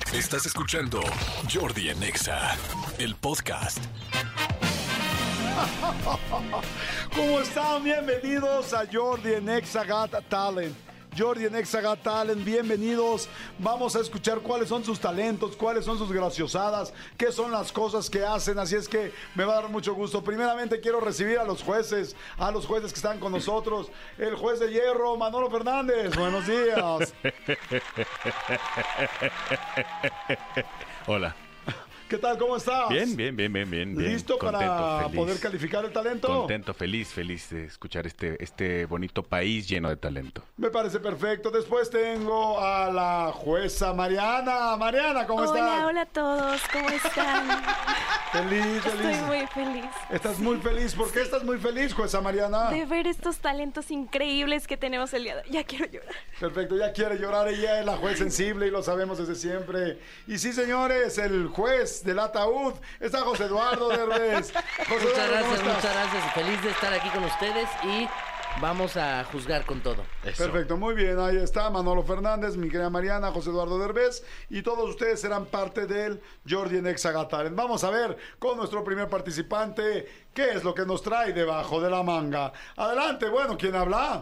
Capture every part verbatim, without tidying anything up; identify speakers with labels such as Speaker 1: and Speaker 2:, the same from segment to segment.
Speaker 1: Estás escuchando Jordi en Exa, el podcast.
Speaker 2: ¿Cómo están? Bienvenidos a Jordi en Exa Got Talent. Jordi en Exa Got Talent, bienvenidos. Vamos a escuchar cuáles son sus talentos, cuáles son sus graciosadas, qué son las cosas que hacen. Así es que me va a dar mucho gusto. Primeramente quiero recibir a los jueces, a los jueces que están con nosotros. El juez de hierro, Manolo Fernández. Buenos días.
Speaker 3: Hola.
Speaker 2: ¿Qué tal? ¿Cómo estás?
Speaker 3: Bien, bien, bien, bien, bien. bien.
Speaker 2: ¿Listo
Speaker 3: Contento,
Speaker 2: para
Speaker 3: feliz.
Speaker 2: poder calificar el talento?
Speaker 3: Contento, feliz, feliz de escuchar este, este bonito país lleno de talento.
Speaker 2: Me parece perfecto. Después tengo a la jueza Mariana. Mariana, ¿cómo
Speaker 4: hola,
Speaker 2: estás?
Speaker 4: Hola, hola a todos. ¿Cómo están?
Speaker 2: Feliz, feliz.
Speaker 4: Estoy muy feliz.
Speaker 2: Estás
Speaker 4: sí.
Speaker 2: muy feliz. ¿Por qué estás muy feliz, jueza Mariana?
Speaker 4: De ver estos talentos increíbles que tenemos el día de hoy. Ya quiero llorar.
Speaker 2: Perfecto, ya quiere llorar. Ella es la juez sensible y lo sabemos desde siempre. Y sí, señores, el juez del ataúd está José Eduardo Derbez. José
Speaker 5: Muchas
Speaker 2: Eduardo, ¿cómo
Speaker 5: gracias,
Speaker 2: estás?
Speaker 5: muchas gracias. Feliz de estar aquí con ustedes y vamos a juzgar con todo.
Speaker 3: Eso.
Speaker 2: Perfecto, muy bien, ahí está Manolo Fernández, mi querida Mariana, José Eduardo Derbez, y todos ustedes serán parte del Jordi en Exa Got Talent. Vamos a ver con nuestro primer participante qué es lo que nos trae debajo de la manga. Adelante, bueno, ¿quién habla?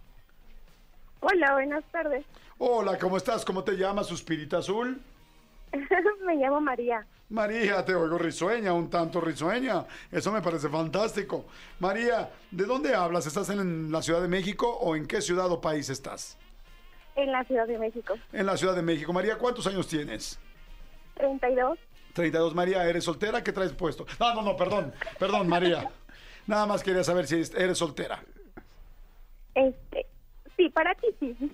Speaker 6: Hola, buenas tardes.
Speaker 2: Hola, ¿cómo estás? ¿Cómo te llamas, Suspirita Azul?
Speaker 6: Me llamo María.
Speaker 2: María, te oigo risueña, un tanto risueña. Eso me parece fantástico. María, ¿de dónde hablas? ¿Estás en la Ciudad de México o en qué ciudad o país estás?
Speaker 6: En la Ciudad de México.
Speaker 2: En la Ciudad de México. María, ¿cuántos años tienes?
Speaker 6: treinta y dos.
Speaker 2: treinta y dos, María, ¿eres soltera? ¿Qué traes puesto? No, no, no, perdón, perdón, María. Nada más quería saber si eres soltera.
Speaker 6: Este, sí, para ti sí.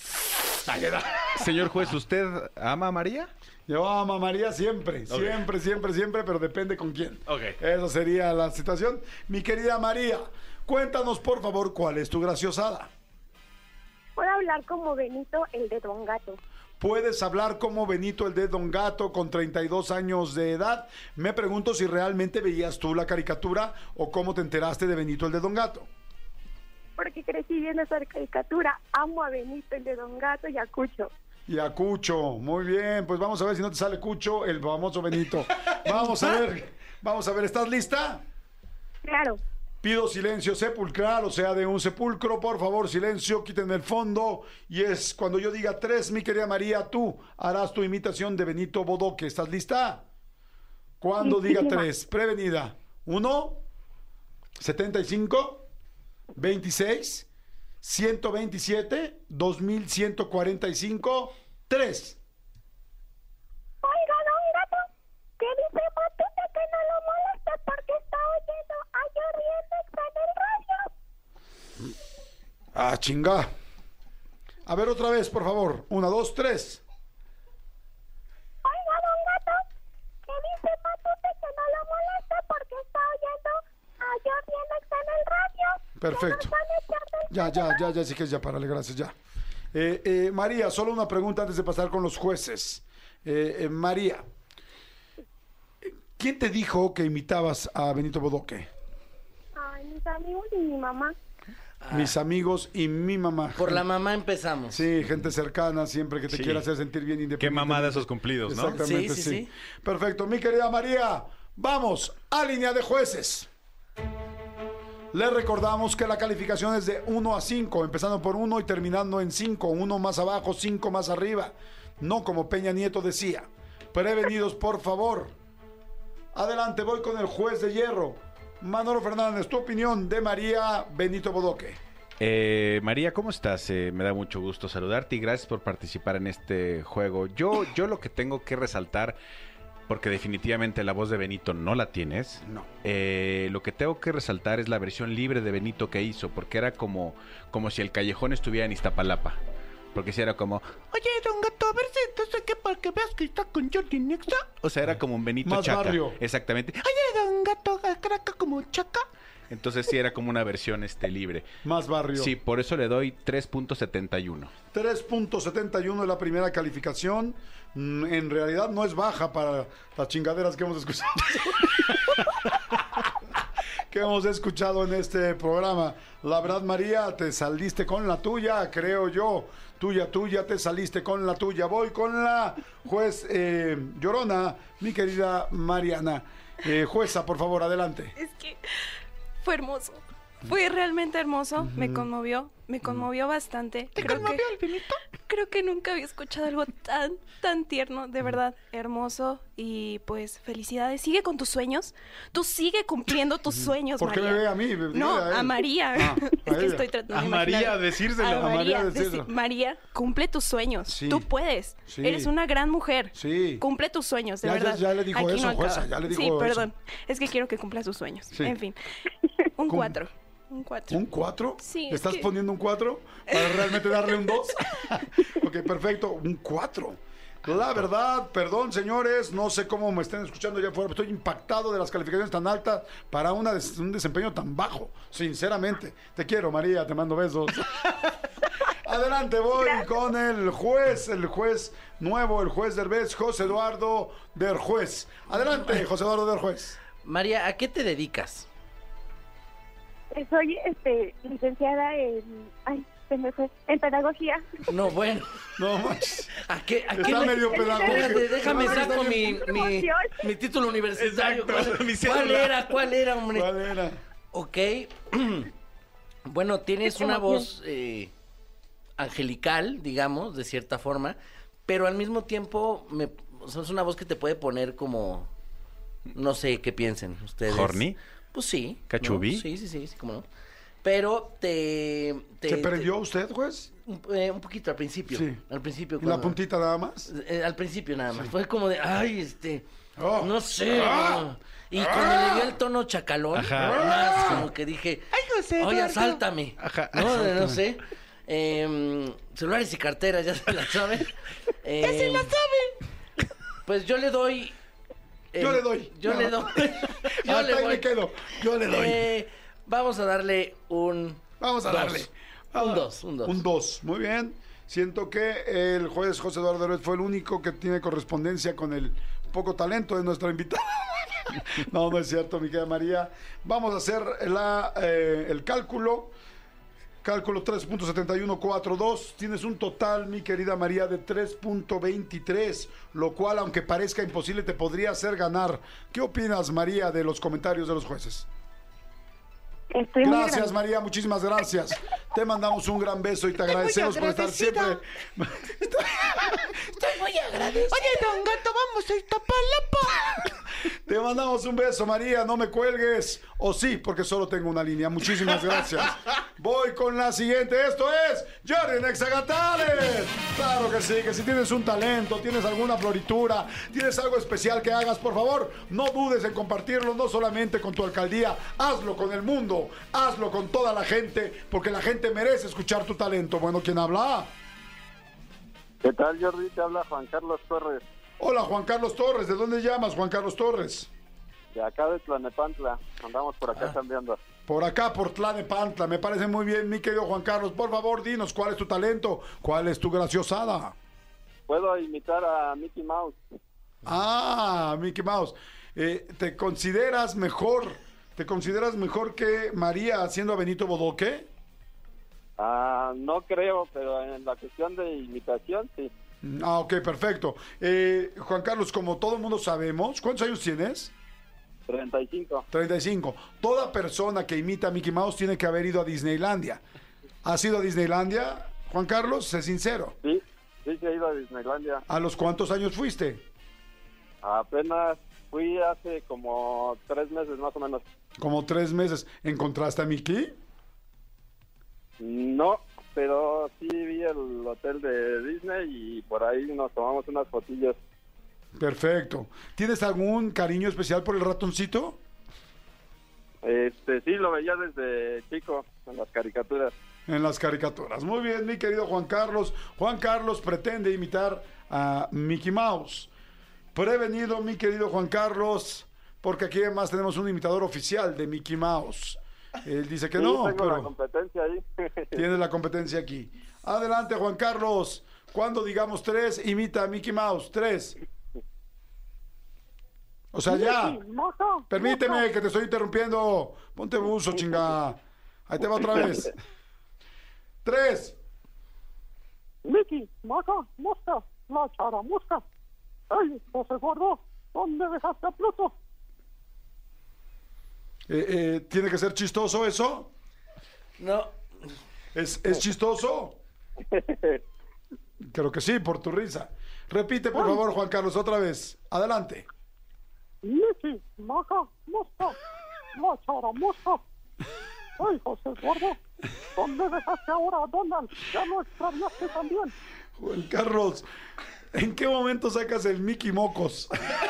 Speaker 3: Señor juez, ¿usted ama a María?
Speaker 2: Yo amo a María siempre, siempre, siempre, siempre, pero depende con quién.
Speaker 3: Ok.
Speaker 2: Esa sería la situación. Mi querida María, cuéntanos por favor cuál es tu graciosada.
Speaker 6: Puedo hablar como Benito, el de Don Gato.
Speaker 2: Puedes hablar como Benito el de Don Gato con treinta y dos años de edad. Me pregunto si realmente veías tú la caricatura o cómo te enteraste de Benito el de Don Gato.
Speaker 6: Porque crecí viendo esa caricatura. Amo a Benito, el de Don Gato, y a Cucho.
Speaker 2: Y a Cucho, muy bien, pues vamos a ver si no te sale Cucho, el famoso Benito. Vamos a ver, vamos a ver, ¿estás lista?
Speaker 6: Claro.
Speaker 2: Pido silencio sepulcral, o sea, de un sepulcro, por favor, silencio, quítenme el fondo. Y es cuando yo diga tres, mi querida María, tú harás tu imitación de Benito Bodoque. ¿Estás lista? Cuando diga
Speaker 6: Listísima.
Speaker 2: tres, prevenida. Uno, setenta y cinco, veintiséis, ciento veintisiete, dos mil ciento cuarenta y cinco, tres.
Speaker 6: Oiga, Don Gato, ¿qué dice Matute que no lo moleste porque está oyendo a Jordi en Exa en el radio?
Speaker 2: Ah, chinga. A ver otra vez, por favor. Una, dos, tres.
Speaker 6: Oiga, Don Gato, ¿qué dice Matute que no lo moleste porque está oyendo a Jordi en Exa en el radio?
Speaker 2: Perfecto. Ya, ya, ya, ya, sí que ya, párale, gracias, ya. Eh, eh, María, solo una pregunta antes de pasar con los jueces. Eh, eh, María, ¿quién te dijo que imitabas a Benito Bodoque?
Speaker 6: Ay, mis amigos y mi mamá.
Speaker 2: Mis amigos y mi mamá.
Speaker 5: Por la mamá empezamos.
Speaker 2: Sí, gente cercana, siempre que te
Speaker 3: Sí.
Speaker 2: quiera hacer sentir bien independiente.
Speaker 3: Qué mamada esos cumplidos, ¿no?
Speaker 2: Exactamente, sí,
Speaker 5: Sí, sí, sí.
Speaker 2: Perfecto, mi querida María, vamos a línea de jueces. Les recordamos que la calificación es de uno a cinco, empezando por uno y terminando en cinco. uno más abajo, cinco más arriba. No como Peña Nieto decía. Prevenidos, por favor. Adelante, voy con el juez de hierro. Manolo Fernández, tu opinión de María Benito Bodoque.
Speaker 3: Eh, María, ¿cómo estás? Eh, me da mucho gusto saludarte y gracias por participar en este juego. Yo, yo lo que tengo que resaltar, porque definitivamente la voz de Benito no la tienes.
Speaker 2: No.
Speaker 3: Eh, lo que tengo que resaltar es la versión libre de Benito que hizo, porque era como, como si el callejón estuviera en Iztapalapa. Porque si era como, oye, Don Gato, a ver si entonces que para que veas que está con Jordi Nexa. O sea, era como un Benito
Speaker 2: Más
Speaker 3: Chaca.
Speaker 2: barrio.
Speaker 3: Exactamente. Oye, Don Gato, craca como Chaca. Entonces sí era como una versión este libre.
Speaker 2: Más barrio.
Speaker 3: Sí, por eso le doy tres punto setenta y uno.
Speaker 2: tres punto setenta y uno es la primera calificación. Mm, En realidad no es baja para las chingaderas que hemos escuchado. que hemos escuchado en este programa. La verdad, María, te saliste con la tuya, creo yo. Tuya, tuya, te saliste con la tuya. Voy con la juez eh, Llorona, mi querida Mariana. Eh, jueza, por favor, adelante.
Speaker 4: Es que fue hermoso. Fue realmente hermoso. Me conmovió. Me conmovió bastante.
Speaker 3: ¿Te
Speaker 4: Creo
Speaker 3: conmovió
Speaker 4: que,
Speaker 3: el vinito?
Speaker 4: Creo que nunca había escuchado algo tan, tan tierno. De verdad, hermoso. Y pues, felicidades. Sigue con tus sueños. Tú sigue cumpliendo tus sueños,
Speaker 2: ¿Por qué
Speaker 4: María.
Speaker 2: me ve a mí? Dígale
Speaker 4: No,
Speaker 2: a él.
Speaker 4: a María.
Speaker 2: Ah,
Speaker 4: es
Speaker 2: a
Speaker 4: que
Speaker 2: ella.
Speaker 4: estoy tratando
Speaker 3: A
Speaker 4: de
Speaker 3: María
Speaker 4: imaginar.
Speaker 3: decírselo.
Speaker 4: A
Speaker 2: A María
Speaker 4: María,
Speaker 2: decirlo.
Speaker 4: deci- María, cumple tus sueños.
Speaker 2: Sí.
Speaker 4: Tú puedes.
Speaker 2: Sí.
Speaker 4: Eres una gran mujer.
Speaker 2: Sí.
Speaker 4: Cumple tus sueños, de
Speaker 2: Ya- ya-
Speaker 4: verdad.
Speaker 2: ya le dijo
Speaker 4: Aquí
Speaker 2: eso,
Speaker 4: no
Speaker 2: jueza,
Speaker 4: acaba.
Speaker 2: ya le dijo
Speaker 4: Sí,
Speaker 2: eso.
Speaker 4: perdón. Es que quiero que cumpla sus sueños.
Speaker 2: Sí.
Speaker 4: En fin. Un
Speaker 2: ¿Cómo?
Speaker 4: cuatro. Un cuatro.
Speaker 2: ¿Un cuatro?
Speaker 4: Sí,
Speaker 2: ¿Le
Speaker 4: es
Speaker 2: estás
Speaker 4: que-
Speaker 2: poniendo un cuatro para realmente darle un dos? Ok, perfecto. Un cuatro. La verdad, perdón, señores, no sé cómo me estén escuchando allá afuera, pero estoy impactado de las calificaciones tan altas para una des- un desempeño tan bajo, sinceramente. Te quiero, María, te mando besos. Adelante, voy con el juez, el juez nuevo, el juez Derbez, José Eduardo Derjuez. Adelante, José Eduardo Derjuez.
Speaker 5: María, ¿a qué te dedicas?
Speaker 6: Soy este, licenciada en... Ay, se me fue. En pedagogía.
Speaker 5: No, bueno.
Speaker 2: No manches.
Speaker 5: ¿A qué, a qué
Speaker 2: Está
Speaker 5: le-
Speaker 2: medio pedagógico.
Speaker 5: Espérate, déjame
Speaker 2: Está
Speaker 5: saco mi,
Speaker 2: medio-
Speaker 5: mi, mi título universitario.
Speaker 3: Exacto,
Speaker 5: ¿Cuál,
Speaker 3: mi
Speaker 5: cuál
Speaker 3: cédula.
Speaker 5: era? ¿Cuál era, hombre?
Speaker 2: ¿Cuál era?
Speaker 5: Ok. Bueno, tienes una voz eh, angelical, digamos, de cierta forma, pero al mismo tiempo me, o sea, es una voz que te puede poner como, no sé qué piensen ustedes.
Speaker 3: ¿Horny?
Speaker 5: Pues sí. ¿no?
Speaker 3: ¿Cachubí?
Speaker 5: Sí, sí, sí, sí, cómo no. Pero te... te
Speaker 2: ¿Se
Speaker 5: te-
Speaker 2: prendió usted, juez?
Speaker 5: un, eh, un poquito al principio.
Speaker 2: Sí.
Speaker 5: Al principio.
Speaker 2: ¿Y la
Speaker 5: cuando-
Speaker 2: puntita nada más?
Speaker 5: eh, al principio nada más. Fue como de, ay, este...
Speaker 2: Oh.
Speaker 5: No sé.
Speaker 2: Ah.
Speaker 5: no. Y cuando le dio el tono chacalón,
Speaker 3: Ajá.
Speaker 5: más como que dije,
Speaker 3: Ay, José
Speaker 5: oye,
Speaker 3: Eduardo.
Speaker 5: asáltame.
Speaker 3: Ajá,
Speaker 5: No,
Speaker 3: asáltame.
Speaker 5: no sé. Eh, celulares y carteras, ya se la saben.
Speaker 3: ¡Ya se la saben!
Speaker 5: Pues yo le doy... eh,
Speaker 2: Yo le doy.
Speaker 5: Yo
Speaker 2: No.
Speaker 5: le doy. yo
Speaker 2: Hasta
Speaker 5: le
Speaker 2: ahí
Speaker 5: voy.
Speaker 2: me quedo. Yo le doy.
Speaker 5: Eh, vamos a darle un...
Speaker 2: Vamos a
Speaker 5: dos.
Speaker 2: darle.
Speaker 5: Un dos, un dos.
Speaker 2: Un dos. Muy bien. Siento que el juez José Eduardo Derbez fue el único que tiene correspondencia con el poco talento de nuestra invitada. No, no es cierto, mi querida María. Vamos a hacer la, eh, el cálculo. Cálculo tres punto setenta y uno cuarenta y dos. Tienes un total, mi querida María, de tres punto veintitrés, lo cual, aunque parezca imposible, te podría hacer ganar. ¿Qué opinas, María, de los comentarios de los jueces?
Speaker 6: Estoy muy
Speaker 2: Gracias,
Speaker 6: agradecida.
Speaker 2: María, muchísimas gracias. Te mandamos un gran beso y te agradecemos por estar siempre.
Speaker 3: Estoy muy agradecido. Oye, don Gato, vamos a Iztapalapa.
Speaker 2: Te mandamos un beso, María, no me cuelgues. O sí, porque solo tengo una línea. Muchísimas gracias. Voy con la siguiente. Esto es Jordi Nexa Gatales. Claro que sí, que si tienes un talento, tienes alguna floritura, tienes algo especial que hagas, por favor, no dudes en compartirlo, no solamente con tu alcaldía, hazlo con el mundo, hazlo con toda la gente, porque la gente merece escuchar tu talento. Bueno, ¿quién habla?
Speaker 7: ¿Qué tal, Jordi? Te habla Juan Carlos Torres,
Speaker 2: Hola, Juan Carlos Torres. ¿De dónde llamas, Juan Carlos Torres?
Speaker 7: de acá de Tlanepantla. Andamos por acá cambiando.
Speaker 2: Por acá, por Tlanepantla. Me parece muy bien, mi querido Juan Carlos. Por favor, dinos cuál es tu talento, cuál es tu graciosada.
Speaker 7: ¿Puedo imitar a Mickey Mouse?
Speaker 2: Ah, Mickey Mouse. Eh, ¿Te consideras mejor, te consideras mejor que María haciendo a Benito Bodoque?
Speaker 7: Ah, no creo, pero en la cuestión de imitación, sí.
Speaker 2: Ah, ok, perfecto. Eh, Juan Carlos, como todo el mundo sabemos, ¿cuántos años tienes?
Speaker 7: treinta y cinco.
Speaker 2: treinta y cinco. Toda persona que imita a Mickey Mouse tiene que haber ido a Disneylandia. ¿Has ido a Disneylandia, Juan Carlos? Sé sincero.
Speaker 7: Sí, sí, sí he ido a Disneylandia.
Speaker 2: ¿A los cuántos años fuiste?
Speaker 7: Apenas fui hace como tres meses más o menos.
Speaker 2: Como tres meses. ¿Encontraste a Mickey?
Speaker 7: No, pero sí vi el hotel de Disney y por ahí nos tomamos unas fotillas.
Speaker 2: Perfecto. ¿Tienes algún cariño especial por el ratoncito?
Speaker 7: Este, sí, lo veía desde chico en las caricaturas.
Speaker 2: En las caricaturas. Muy bien, mi querido Juan Carlos. Juan Carlos pretende imitar a Mickey Mouse. Prevenido, mi querido Juan Carlos, porque aquí además tenemos un imitador oficial de Mickey Mouse. Él dice que
Speaker 7: Sí,
Speaker 2: no,
Speaker 7: tengo la
Speaker 2: pero
Speaker 7: competencia ahí.
Speaker 2: tiene la competencia aquí. Adelante, Juan Carlos. Cuando digamos tres, imita a Mickey Mouse. Tres. O sea, ya.
Speaker 6: Mickey, moca,
Speaker 2: Permíteme
Speaker 6: moca.
Speaker 2: que te estoy interrumpiendo. Ponte buzo, chinga. Ahí te va otra vez. Tres.
Speaker 6: Mickey, moca, mosca, la charamusca. ¡Ay, José Gordo! ¿Dónde dejaste a Pluto?
Speaker 2: Eh, eh, ¿Tiene que ser chistoso eso?
Speaker 5: No,
Speaker 2: ¿Es, ¿Es chistoso? Creo que sí, por tu risa. Repite, por favor, Juan Carlos, otra vez. Adelante.
Speaker 6: Mickey, moca, mosca, la charamusca. ¡Ay, José Gordo! ¿Dónde dejaste ahora a Donald? ¿Ya lo extraviaste también?
Speaker 2: Juan Carlos, ¿en qué momento sacas el Mickey Mocos?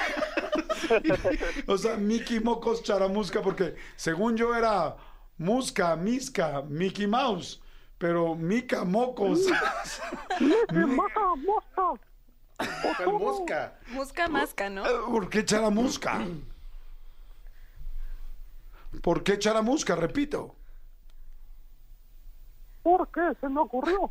Speaker 2: O sea, Mickey Mocos Charamusca, porque según yo era Musca, Misca, Mickey Mouse, pero Mica Mocos.
Speaker 6: Mickey, moca, mosca.
Speaker 3: Mosca.
Speaker 4: Musca masca, ¿no?
Speaker 2: ¿Por qué Charamusca? ¿Por qué Charamusca? Repito.
Speaker 6: ¿Por qué se me ocurrió?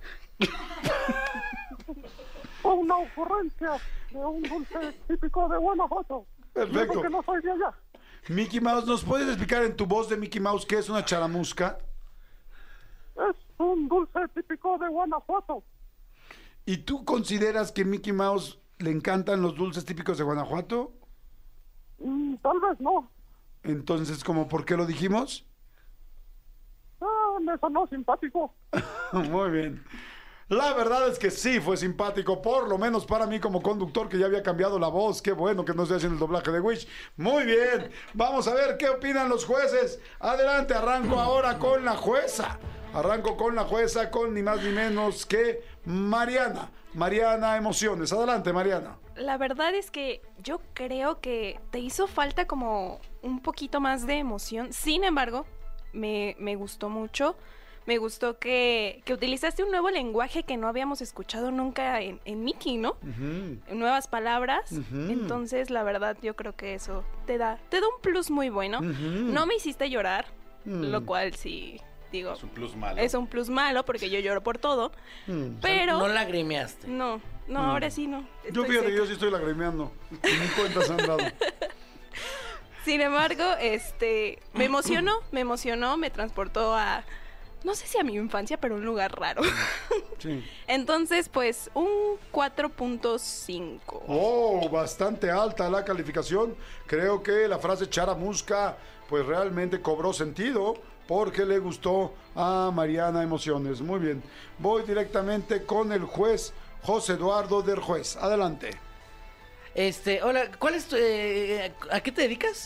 Speaker 6: Fue una ocurrencia de un dulce típico de Guanajuato.
Speaker 2: Perfecto.
Speaker 6: Yo que no soy de allá.
Speaker 2: Mickey Mouse, ¿nos puedes explicar en tu voz de Mickey Mouse qué es una charamusca?
Speaker 6: Es un dulce típico de Guanajuato.
Speaker 2: ¿Y tú consideras que Mickey Mouse le encantan los dulces típicos de Guanajuato?
Speaker 6: Mm, tal vez no.
Speaker 2: Entonces, ¿cómo por qué lo dijimos?
Speaker 6: Ah, me sonó simpático.
Speaker 2: Muy bien. La verdad es que sí fue simpático, por lo menos para mí como conductor que ya había cambiado la voz. Qué bueno que no estoy haciendo el doblaje de Wish. Muy bien. Vamos a ver qué opinan los jueces. Adelante, arranco ahora con la jueza. Arranco con la jueza, con ni más ni menos que Mariana. Mariana Emociones. Adelante, Mariana.
Speaker 4: La verdad es que yo creo que te hizo falta como un poquito más de emoción. Sin embargo, me, me gustó mucho. Me gustó que, que utilizaste un nuevo lenguaje que no habíamos escuchado nunca en, en Mickey, ¿no?
Speaker 2: Ujú.
Speaker 4: Nuevas palabras.
Speaker 2: Ujú.
Speaker 4: Entonces, la verdad, yo creo que eso te da, te da un plus muy bueno.
Speaker 2: Ujú.
Speaker 4: No me hiciste llorar,
Speaker 2: Mm.
Speaker 4: lo cual sí, digo,
Speaker 3: Es un plus malo.
Speaker 4: es un plus malo porque yo lloro por todo.
Speaker 2: Mm.
Speaker 4: Pero,
Speaker 5: no lagrimeaste.
Speaker 4: no, no, ahora sí no.
Speaker 2: Yo
Speaker 4: Estoy
Speaker 2: fíjate,
Speaker 4: seca.
Speaker 2: yo sí estoy lagrimeando. Ni cuentas han dado.
Speaker 4: Sin embargo, este, me emocionó, me emocionó, me transportó a, no sé si a mi infancia, pero a un lugar raro.
Speaker 2: Sí.
Speaker 4: Entonces, pues, un cuatro punto cinco.
Speaker 2: Oh, bastante alta la calificación. Creo que la frase charamusca, pues realmente cobró sentido porque le gustó a Mariana Emociones. Muy bien. Voy directamente con el juez José Eduardo del Juez. Adelante.
Speaker 5: Este, hola, ¿cuál es tu, eh, ¿a qué te dedicas?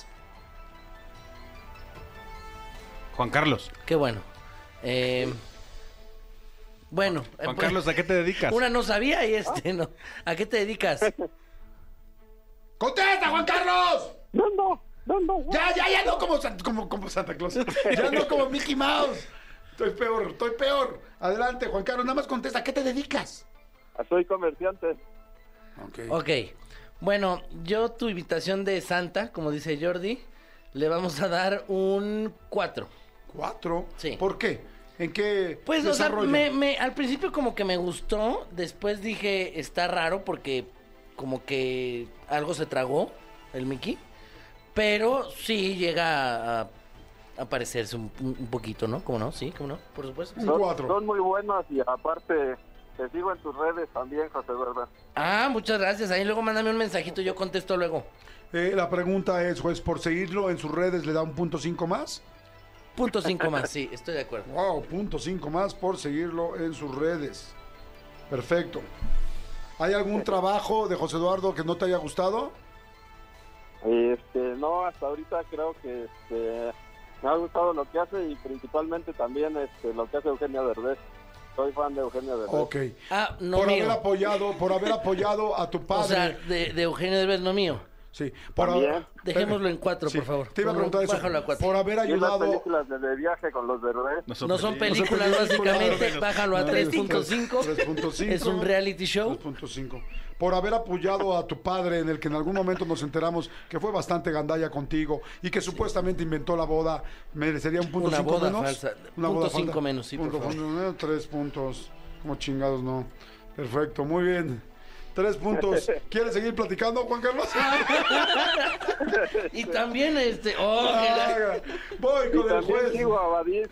Speaker 3: Juan Carlos.
Speaker 5: Qué bueno. Eh, bueno. eh,
Speaker 3: Juan
Speaker 5: pues,
Speaker 3: Carlos, ¿a qué te dedicas?
Speaker 5: Una no sabía y este no. ¿A qué te dedicas?
Speaker 2: ¡Contesta, Juan Carlos!
Speaker 6: Vendo, vendo.
Speaker 2: Ya, ya, ya no como, San- como, como Santa Claus. Ya no como Mickey Mouse. Estoy peor, estoy peor. Adelante, Juan Carlos, nada más contesta. ¿A qué te dedicas?
Speaker 7: Soy comerciante.
Speaker 2: Ok.
Speaker 5: Ok. Bueno, yo tu invitación de Santa, como dice Jordi, le vamos a dar un cuatro.
Speaker 2: ¿Cuatro?
Speaker 5: Sí.
Speaker 2: ¿Por qué? ¿En qué
Speaker 5: Pues, o sea,
Speaker 2: desarrolla?
Speaker 5: me, me- al principio como que me gustó, después dije, está raro porque como que algo se tragó el Mickey, pero sí llega a, a parecerse un, un poquito, ¿no? ¿Cómo no? Sí, ¿cómo no? Por supuesto.
Speaker 2: Un
Speaker 7: Son,
Speaker 2: cuatro.
Speaker 7: son muy buenos y aparte te sigo en tus redes también, José Eduardo.
Speaker 5: Ah, muchas gracias. Ahí luego mándame un mensajito, yo contesto luego.
Speaker 2: Eh, la pregunta es, juez, ¿por seguirlo en sus redes le da un punto cinco más?
Speaker 5: Punto cinco más, sí, estoy de acuerdo.
Speaker 2: Wow, punto cinco más por seguirlo en sus redes. Perfecto. ¿Hay algún trabajo de José Eduardo que no te haya gustado?
Speaker 7: Este, no, hasta ahorita creo que este, me ha gustado lo que hace y principalmente también este, lo que hace Eugenio Derbez. Soy fan de Eugenio Derbez.
Speaker 2: Ok.
Speaker 5: Ah, no
Speaker 2: por
Speaker 5: mío.
Speaker 2: haber apoyado, por haber apoyado a tu padre.
Speaker 5: O sea, de, de Eugenio Derbez, no mío.
Speaker 2: sí, por
Speaker 7: También.
Speaker 2: haber-
Speaker 5: Dejémoslo en cuatro,
Speaker 2: Sí,
Speaker 5: por favor.
Speaker 2: Te iba a preguntar eso.
Speaker 5: Bájalo a cuatro.
Speaker 2: Por haber
Speaker 7: Y las
Speaker 2: ayudado.
Speaker 7: películas de, de viaje con los Derbez.
Speaker 5: No son
Speaker 3: películas.
Speaker 5: películas, básicamente.
Speaker 3: películas.
Speaker 5: Bájalo a
Speaker 2: No,
Speaker 5: tres punto cinco.
Speaker 2: tres punto cinco.
Speaker 5: Es un reality show.
Speaker 2: tres punto cinco. Por haber apoyado a tu padre, en el que en algún momento nos enteramos que fue bastante gandalla contigo y que supuestamente inventó la boda, merecería un punto
Speaker 5: Una
Speaker 2: cinco
Speaker 5: boda
Speaker 2: menos.
Speaker 5: falsa.
Speaker 2: Una
Speaker 5: Punto
Speaker 2: boda
Speaker 5: cinco
Speaker 2: falsa.
Speaker 5: menos, sí, por
Speaker 2: Punto
Speaker 5: favor.
Speaker 2: menos, tres puntos. Como chingados, no. Perfecto, muy bien. Tres puntos. ¿Quieres seguir platicando, Juan Carlos?
Speaker 5: Y también este... Oh, que la-
Speaker 2: Ah, voy
Speaker 7: Y
Speaker 2: con el
Speaker 7: también
Speaker 2: juez.
Speaker 7: sigo a Badis.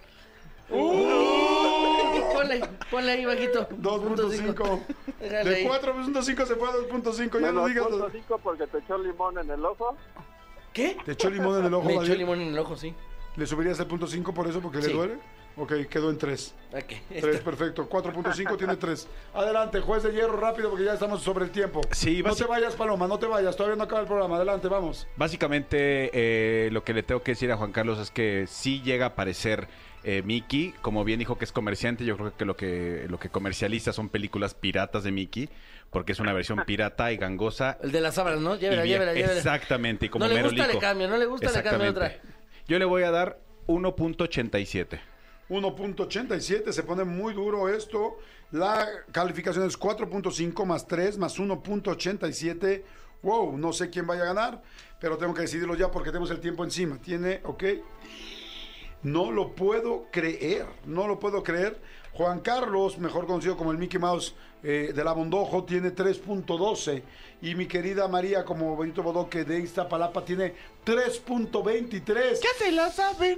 Speaker 5: Ponle, ponle ahí bajito.
Speaker 2: dos punto cinco.
Speaker 5: Déjale
Speaker 2: De
Speaker 5: ahí.
Speaker 2: cuatro punto cinco se fue a dos punto cinco. Ya no
Speaker 7: Menos
Speaker 2: digas.
Speaker 7: punto cinco porque te echó limón en el ojo.
Speaker 5: ¿Qué?
Speaker 2: ¿Te echó limón en el ojo,
Speaker 5: Me echó
Speaker 2: Daniel?
Speaker 5: limón en el ojo, sí.
Speaker 2: ¿Le subirías el punto cinco por eso porque le
Speaker 5: Sí.
Speaker 2: duele? Ok, quedó en tres.
Speaker 5: Ok.
Speaker 2: tres, perfecto. cuatro punto cinco tiene tres. Adelante, juez de hierro, rápido porque ya estamos sobre el tiempo.
Speaker 3: Sí,
Speaker 2: no
Speaker 3: basi-
Speaker 2: te vayas, Paloma, no te vayas. Todavía no acaba el programa. Adelante, vamos.
Speaker 3: Básicamente, eh, lo que le tengo que decir a Juan Carlos es que sí llega a aparecer eh, Mickey. Como bien dijo que es comerciante, yo creo que lo que lo que comercializa son películas piratas de Mickey, porque es una versión pirata y gangosa.
Speaker 5: El de las sábanas, ¿no?
Speaker 3: y
Speaker 5: Llévela,
Speaker 3: bien-
Speaker 5: llévela, llévela.
Speaker 3: Exactamente, y como
Speaker 5: No le
Speaker 3: mero
Speaker 5: gusta, le
Speaker 3: lico.
Speaker 5: cambio, no le gusta, le cambio otra.
Speaker 3: Exactamente. Yo le voy a dar uno punto ochenta y siete.
Speaker 2: uno punto ochenta y siete, se pone muy duro esto. La calificación es cuatro punto cinco más tres más uno punto ochenta y siete. Wow, no sé quién vaya a ganar, pero tengo que decidirlo ya porque tenemos el tiempo encima. Tiene, ok. No lo puedo creer, no lo puedo creer. Juan Carlos, mejor conocido como el Mickey Mouse eh, de la Bondojo, tiene tres punto doce. Y mi querida María, como Benito Bodoque de Iztapalapa, tiene tres punto veintitrés.
Speaker 3: ¡Ya se la saben!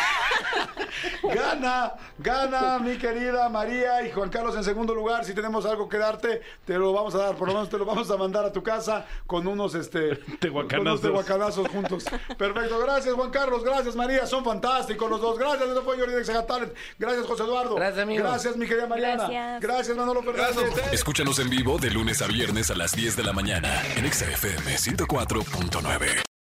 Speaker 2: Gana, gana mi querida María y Juan Carlos en segundo lugar. Si tenemos algo que darte, te lo vamos a dar. Por lo menos te lo vamos a mandar a tu casa con unos este
Speaker 3: Tehuacanazos.
Speaker 2: con unos tehuacanazos juntos. Perfecto, gracias Juan Carlos, gracias María, son fantásticos los dos. Gracias, eso fue Jordi Nexa Got Talent. Gracias José Eduardo.
Speaker 5: Gracias, amigo.
Speaker 2: Gracias mi querida Mariana.
Speaker 4: Gracias.
Speaker 2: Gracias Manolo Fernández.
Speaker 1: Escúchanos en vivo de lunes a viernes a las diez de la mañana en Exa F M ciento cuatro punto nueve.